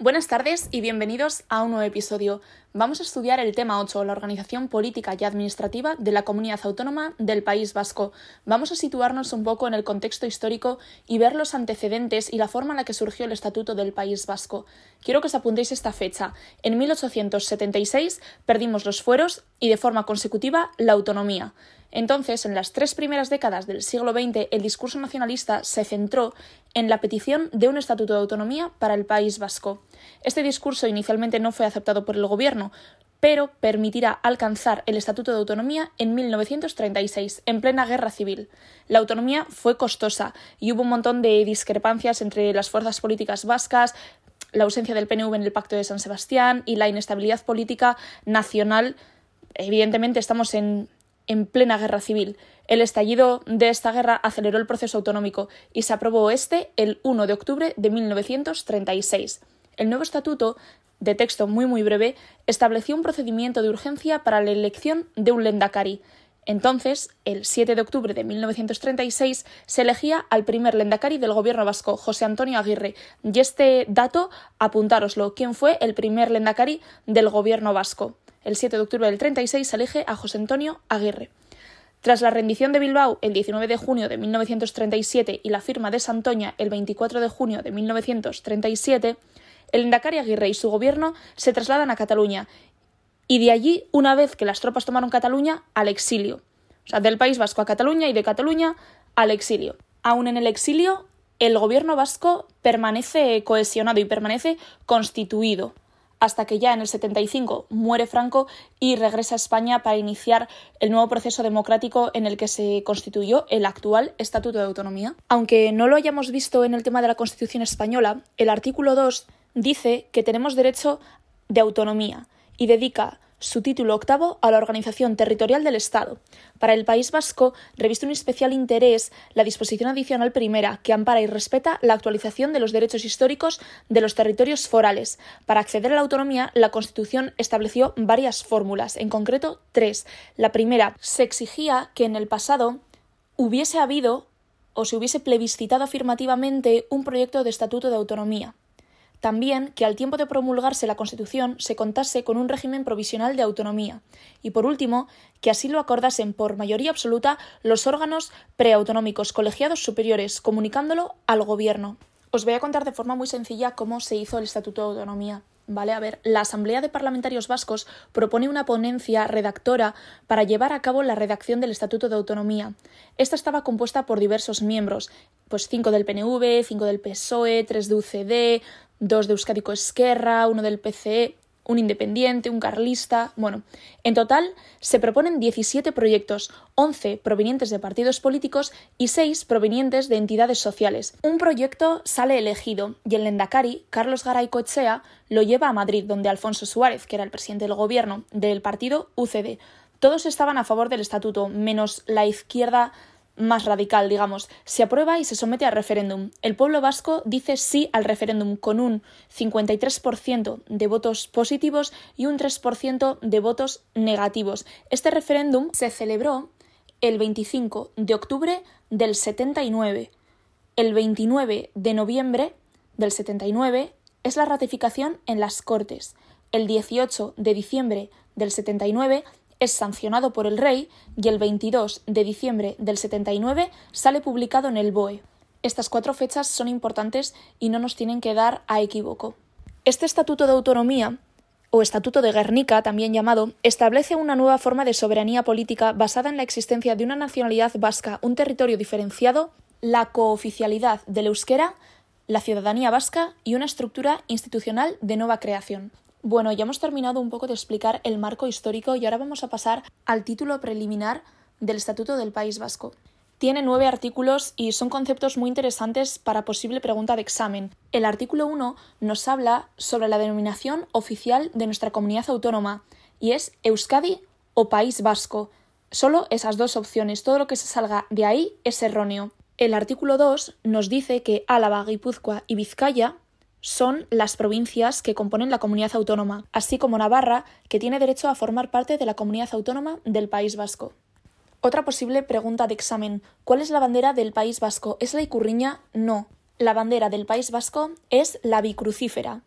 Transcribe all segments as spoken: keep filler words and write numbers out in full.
Buenas tardes y bienvenidos a un nuevo episodio. Vamos a estudiar el tema ocho, la organización política y administrativa de la Comunidad Autónoma del País Vasco. Vamos a situarnos un poco en el contexto histórico y ver los antecedentes y la forma en la que surgió el Estatuto del País Vasco. Quiero que os apuntéis esta fecha. En mil ochocientos setenta y seis perdimos los fueros y de forma consecutiva la autonomía. Entonces, en las tres primeras décadas del siglo veinte, el discurso nacionalista se centró en la petición de un estatuto de autonomía para el País Vasco. Este discurso inicialmente no fue aceptado por el gobierno, pero permitirá alcanzar el estatuto de autonomía en mil novecientos treinta y seis, en plena guerra civil. La autonomía fue costosa y hubo un montón de discrepancias entre las fuerzas políticas vascas, la ausencia del P N V en el Pacto de San Sebastián y la inestabilidad política nacional. Evidentemente estamos en en plena guerra civil. El estallido de esta guerra aceleró el proceso autonómico y se aprobó este el uno de octubre de mil novecientos treinta y seis. El nuevo estatuto, de texto muy muy breve, estableció un procedimiento de urgencia para la elección de un lendakari. Entonces, el siete de octubre de mil novecientos treinta y seis, se elegía al primer lendakari del gobierno vasco, José Antonio Aguirre. Y este dato, apuntároslo, ¿quién fue el primer lendakari del gobierno vasco? El siete de octubre del treinta y seis se elige a José Antonio Aguirre. Tras la rendición de Bilbao el diecinueve de junio de mil novecientos treinta y siete y la firma de Santoña el veinticuatro de junio de mil novecientos treinta y siete, el lendakari Aguirre y su gobierno se trasladan a Cataluña y de allí, una vez que las tropas tomaron Cataluña, al exilio. O sea, del País Vasco a Cataluña y de Cataluña al exilio. Aún en el exilio, el gobierno vasco permanece cohesionado y permanece constituido, hasta que ya en el setenta y cinco muere Franco y regresa a España para iniciar el nuevo proceso democrático en el que se constituyó el actual Estatuto de Autonomía. Aunque no lo hayamos visto en el tema de la Constitución española, el artículo dos dice que tenemos derecho de autonomía y dedica su título octavo a la organización territorial del Estado. Para el País Vasco reviste un especial interés la disposición adicional primera, que ampara y respeta la actualización de los derechos históricos de los territorios forales. Para acceder a la autonomía, la Constitución estableció varias fórmulas, en concreto tres. La primera, se exigía que en el pasado hubiese habido o se hubiese plebiscitado afirmativamente un proyecto de estatuto de autonomía. También que al tiempo de promulgarse la Constitución se contase con un régimen provisional de autonomía. Y por último, que así lo acordasen por mayoría absoluta los órganos preautonómicos colegiados superiores, comunicándolo al Gobierno. Os voy a contar de forma muy sencilla cómo se hizo el Estatuto de Autonomía. Vale, a ver, la Asamblea de Parlamentarios Vascos propone una ponencia redactora para llevar a cabo la redacción del Estatuto de Autonomía. Esta estaba compuesta por diversos miembros, pues cinco del P N V, cinco del P S O E, tres de U C D, dos de Euskadiko Esquerra, uno del P C E, un independiente, un carlista. Bueno, en total se proponen diecisiete proyectos, once provenientes de partidos políticos y seis provenientes de entidades sociales. Un proyecto sale elegido y el lendakari, Carlos Garaycoetxea, lo lleva a Madrid, donde Alfonso Suárez, que era el presidente del gobierno del partido U C D. Todos estaban a favor del estatuto, menos la izquierda más radical, digamos. Se aprueba y se somete a referéndum. El pueblo vasco dice sí al referéndum con un cincuenta y tres por ciento de votos positivos y un tres por ciento de votos negativos. Este referéndum se celebró el veinticinco de octubre del setenta y nueve. El veintinueve de noviembre del setenta y nueve es la ratificación en las Cortes. El dieciocho de diciembre del setenta y nueve es sancionado por el rey y el veintidós de diciembre del setenta y nueve sale publicado en el B O E. Estas cuatro fechas son importantes y no nos tienen que dar a equívoco. Este Estatuto de Autonomía, o Estatuto de Guernica, también llamado, establece una nueva forma de soberanía política basada en la existencia de una nacionalidad vasca, un territorio diferenciado, la cooficialidad del euskera, la ciudadanía vasca y una estructura institucional de nueva creación. Bueno, ya hemos terminado un poco de explicar el marco histórico y ahora vamos a pasar al título preliminar del Estatuto del País Vasco. Tiene nueve artículos y son conceptos muy interesantes para posible pregunta de examen. El artículo uno nos habla sobre la denominación oficial de nuestra comunidad autónoma y es Euskadi o País Vasco. Solo esas dos opciones, todo lo que se salga de ahí es erróneo. El artículo dos nos dice que Álava, Guipúzcoa y Vizcaya son las provincias que componen la comunidad autónoma, así como Navarra, que tiene derecho a formar parte de la comunidad autónoma del País Vasco. Otra posible pregunta de examen: ¿cuál es la bandera del País Vasco? ¿Es la ikurriña? No. La bandera del País Vasco es la bicrucífera,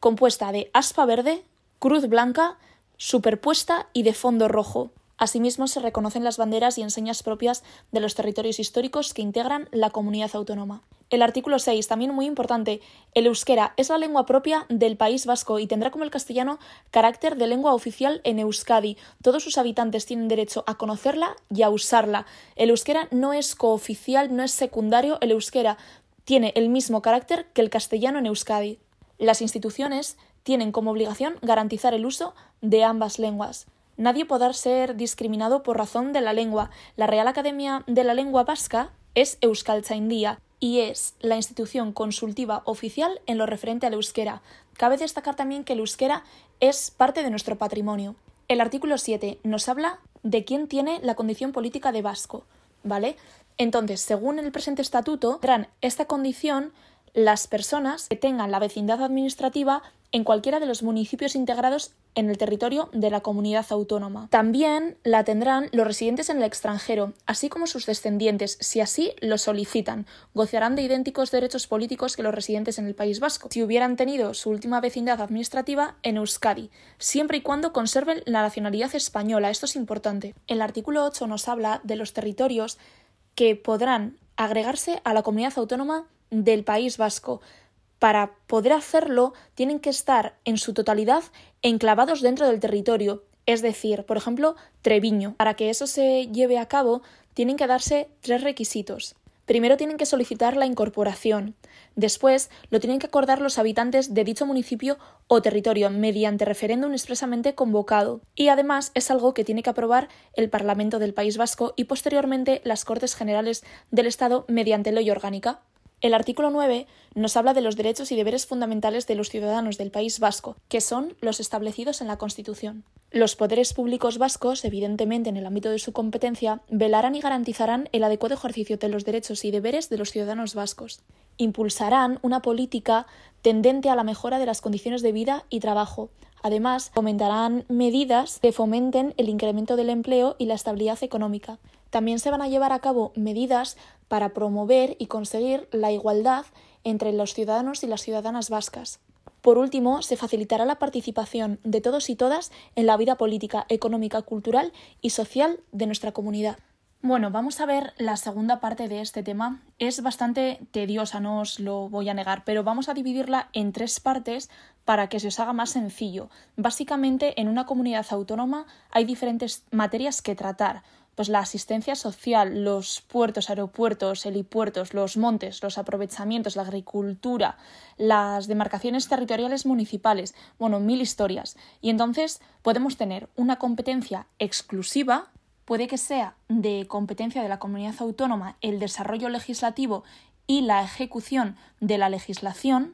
compuesta de aspa verde, cruz blanca, superpuesta y de fondo rojo. Asimismo, se reconocen las banderas y enseñas propias de los territorios históricos que integran la comunidad autónoma. El artículo seis, también muy importante, el euskera es la lengua propia del País Vasco y tendrá como el castellano carácter de lengua oficial en Euskadi. Todos sus habitantes tienen derecho a conocerla y a usarla. El euskera no es cooficial, no es secundario, el euskera tiene el mismo carácter que el castellano en Euskadi. Las instituciones tienen como obligación garantizar el uso de ambas lenguas. Nadie podrá ser discriminado por razón de la lengua. La Real Academia de la Lengua Vasca es Euskaltzaindia y es la institución consultiva oficial en lo referente al euskera. Cabe destacar también que el euskera es parte de nuestro patrimonio. El artículo siete nos habla de quién tiene la condición política de vasco, ¿vale? Entonces, según el presente estatuto, tendrán esta condición las personas que tengan la vecindad administrativa en cualquiera de los municipios integrados en el territorio de la comunidad autónoma. También la tendrán los residentes en el extranjero, así como sus descendientes, si así lo solicitan. Gozarán de idénticos derechos políticos que los residentes en el País Vasco, si hubieran tenido su última vecindad administrativa en Euskadi, siempre y cuando conserven la nacionalidad española. Esto es importante. El artículo ocho nos habla de los territorios que podrán agregarse a la comunidad autónoma del País Vasco. Para poder hacerlo, tienen que estar en su totalidad enclavados dentro del territorio, es decir, por ejemplo, Treviño. Para que eso se lleve a cabo, tienen que darse tres requisitos. Primero tienen que solicitar la incorporación. Después lo tienen que acordar los habitantes de dicho municipio o territorio mediante referéndum expresamente convocado. Y además es algo que tiene que aprobar el Parlamento del País Vasco y posteriormente las Cortes Generales del Estado mediante ley orgánica. El artículo nueve nos habla de los derechos y deberes fundamentales de los ciudadanos del País Vasco, que son los establecidos en la Constitución. Los poderes públicos vascos, evidentemente en el ámbito de su competencia, velarán y garantizarán el adecuado ejercicio de los derechos y deberes de los ciudadanos vascos. Impulsarán una política tendente a la mejora de las condiciones de vida y trabajo. Además, fomentarán medidas que fomenten el incremento del empleo y la estabilidad económica. También se van a llevar a cabo medidas para promover y conseguir la igualdad entre los ciudadanos y las ciudadanas vascas. Por último, se facilitará la participación de todos y todas en la vida política, económica, cultural y social de nuestra comunidad. Bueno, vamos a ver la segunda parte de este tema. Es bastante tediosa, no os lo voy a negar, pero vamos a dividirla en tres partes para que se os haga más sencillo. Básicamente, en una comunidad autónoma hay diferentes materias que tratar. Pues la asistencia social, los puertos, aeropuertos, helipuertos, los montes, los aprovechamientos, la agricultura, las demarcaciones territoriales municipales, bueno, mil historias. Y entonces podemos tener una competencia exclusiva, puede que sea de competencia de la comunidad autónoma el desarrollo legislativo y la ejecución de la legislación,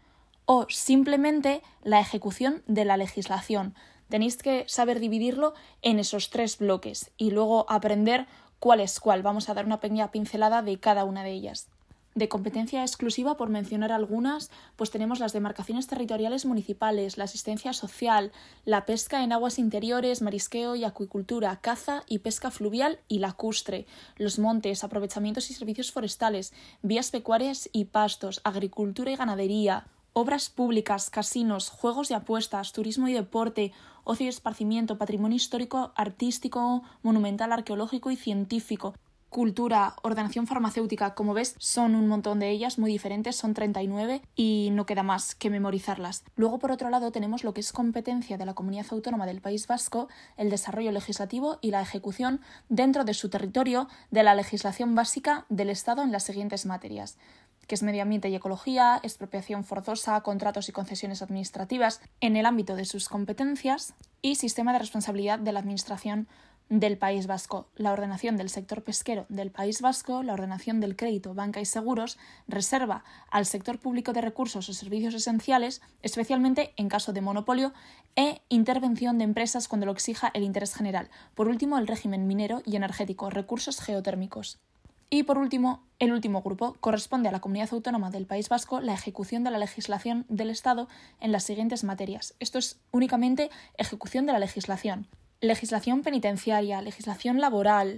o simplemente la ejecución de la legislación. Tenéis que saber dividirlo en esos tres bloques y luego aprender cuál es cuál. Vamos a dar una pequeña pincelada de cada una de ellas. De competencia exclusiva, por mencionar algunas, pues tenemos las demarcaciones territoriales municipales, la asistencia social, la pesca en aguas interiores, marisqueo y acuicultura, caza y pesca fluvial y lacustre, los montes, aprovechamientos y servicios forestales, vías pecuarias y pastos, agricultura y ganadería, obras públicas, casinos, juegos y apuestas, turismo y deporte, ocio y esparcimiento, patrimonio histórico, artístico, monumental, arqueológico y científico, cultura, ordenación farmacéutica. Como ves, son un montón de ellas muy diferentes, son treinta y nueve y no queda más que memorizarlas. Luego, por otro lado, tenemos lo que es competencia de la Comunidad Autónoma del País Vasco, el desarrollo legislativo y la ejecución dentro de su territorio de la legislación básica del Estado en las siguientes materias, que es medio ambiente y ecología, expropiación forzosa, contratos y concesiones administrativas en el ámbito de sus competencias y sistema de responsabilidad de la Administración del País Vasco, la ordenación del sector pesquero del País Vasco, la ordenación del crédito, banca y seguros, reserva al sector público de recursos o servicios esenciales, especialmente en caso de monopolio, e intervención de empresas cuando lo exija el interés general. Por último, el régimen minero y energético, recursos geotérmicos. Y por último, el último grupo corresponde a la Comunidad Autónoma del País Vasco la ejecución de la legislación del Estado en las siguientes materias. Esto es únicamente ejecución de la legislación. Legislación penitenciaria, legislación laboral,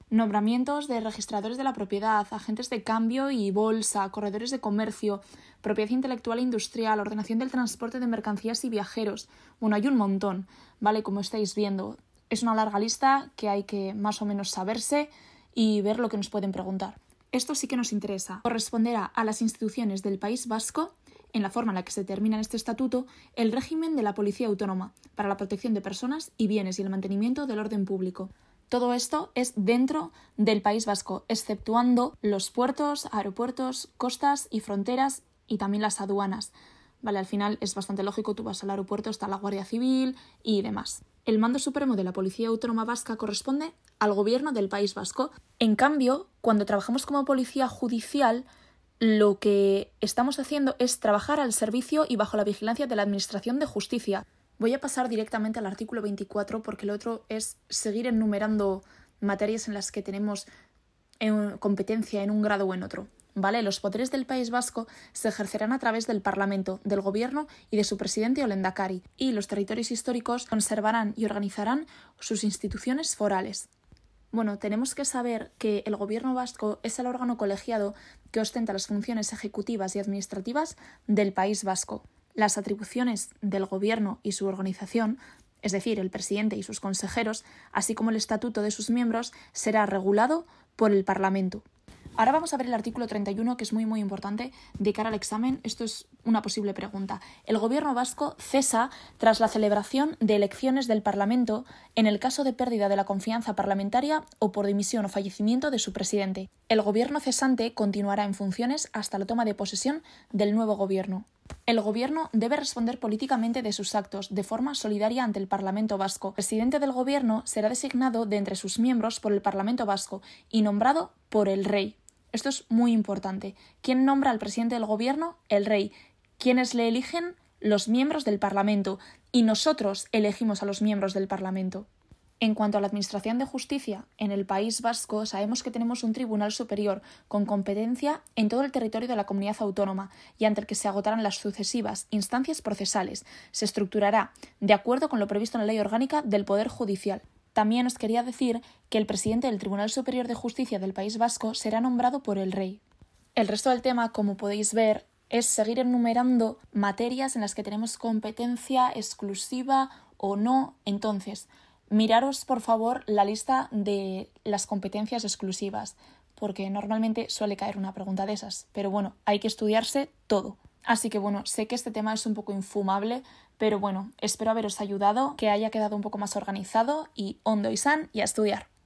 Nombramientos de registradores de la propiedad, agentes de cambio y bolsa, corredores de comercio, propiedad intelectual e industrial, ordenación del transporte de mercancías y viajeros. Bueno, hay un montón, ¿vale? Como estáis viendo, es una larga lista que hay que más o menos saberse y ver lo que nos pueden preguntar. Esto sí que nos interesa. Corresponderá a las instituciones del País Vasco, en la forma en la que se determina en este estatuto, el régimen de la Policía Autónoma para la protección de personas y bienes y el mantenimiento del orden público. Todo esto es dentro del País Vasco, exceptuando los puertos, aeropuertos, costas y fronteras y también las aduanas. Vale, al final es bastante lógico, tú vas al aeropuerto, está la Guardia Civil y demás. El mando supremo de la Policía Autónoma Vasca corresponde al Gobierno del País Vasco. En cambio, cuando trabajamos como policía judicial, lo que estamos haciendo es trabajar al servicio y bajo la vigilancia de la Administración de Justicia. Voy a pasar directamente al artículo veinticuatro porque el otro es seguir enumerando materias en las que tenemos competencia en un grado o en otro. ¿Vale? Los poderes del País Vasco se ejercerán a través del Parlamento, del Gobierno y de su presidente o lehendakari, y los territorios históricos conservarán y organizarán sus instituciones forales. Bueno, tenemos que saber que el Gobierno vasco es el órgano colegiado que ostenta las funciones ejecutivas y administrativas del País Vasco. Las atribuciones del Gobierno y su organización, es decir, el presidente y sus consejeros, así como el estatuto de sus miembros, será regulado por el Parlamento. Ahora vamos a ver el artículo treinta y uno, que es muy muy importante de cara al examen. Esto es una posible pregunta. El Gobierno vasco cesa tras la celebración de elecciones del Parlamento en el caso de pérdida de la confianza parlamentaria o por dimisión o fallecimiento de su presidente. El Gobierno cesante continuará en funciones hasta la toma de posesión del nuevo Gobierno. El Gobierno debe responder políticamente de sus actos de forma solidaria ante el Parlamento vasco. El presidente del Gobierno será designado de entre sus miembros por el Parlamento vasco y nombrado por el Rey. Esto es muy importante. ¿Quién nombra al presidente del Gobierno? El Rey. ¿Quiénes le eligen? Los miembros del Parlamento. Y nosotros elegimos a los miembros del Parlamento. En cuanto a la Administración de Justicia, en el País Vasco sabemos que tenemos un Tribunal Superior con competencia en todo el territorio de la comunidad autónoma y ante el que se agotarán las sucesivas instancias procesales. Se estructurará de acuerdo con lo previsto en la Ley Orgánica del Poder Judicial. También os quería decir que el presidente del Tribunal Superior de Justicia del País Vasco será nombrado por el Rey. El resto del tema, como podéis ver, es seguir enumerando materias en las que tenemos competencia exclusiva o no. Entonces, miraros por favor la lista de las competencias exclusivas, porque normalmente suele caer una pregunta de esas. Pero bueno, hay que estudiarse todo. Así que bueno, sé que este tema es un poco infumable, pero bueno, espero haberos ayudado, que haya quedado un poco más organizado y ondo y san y a estudiar.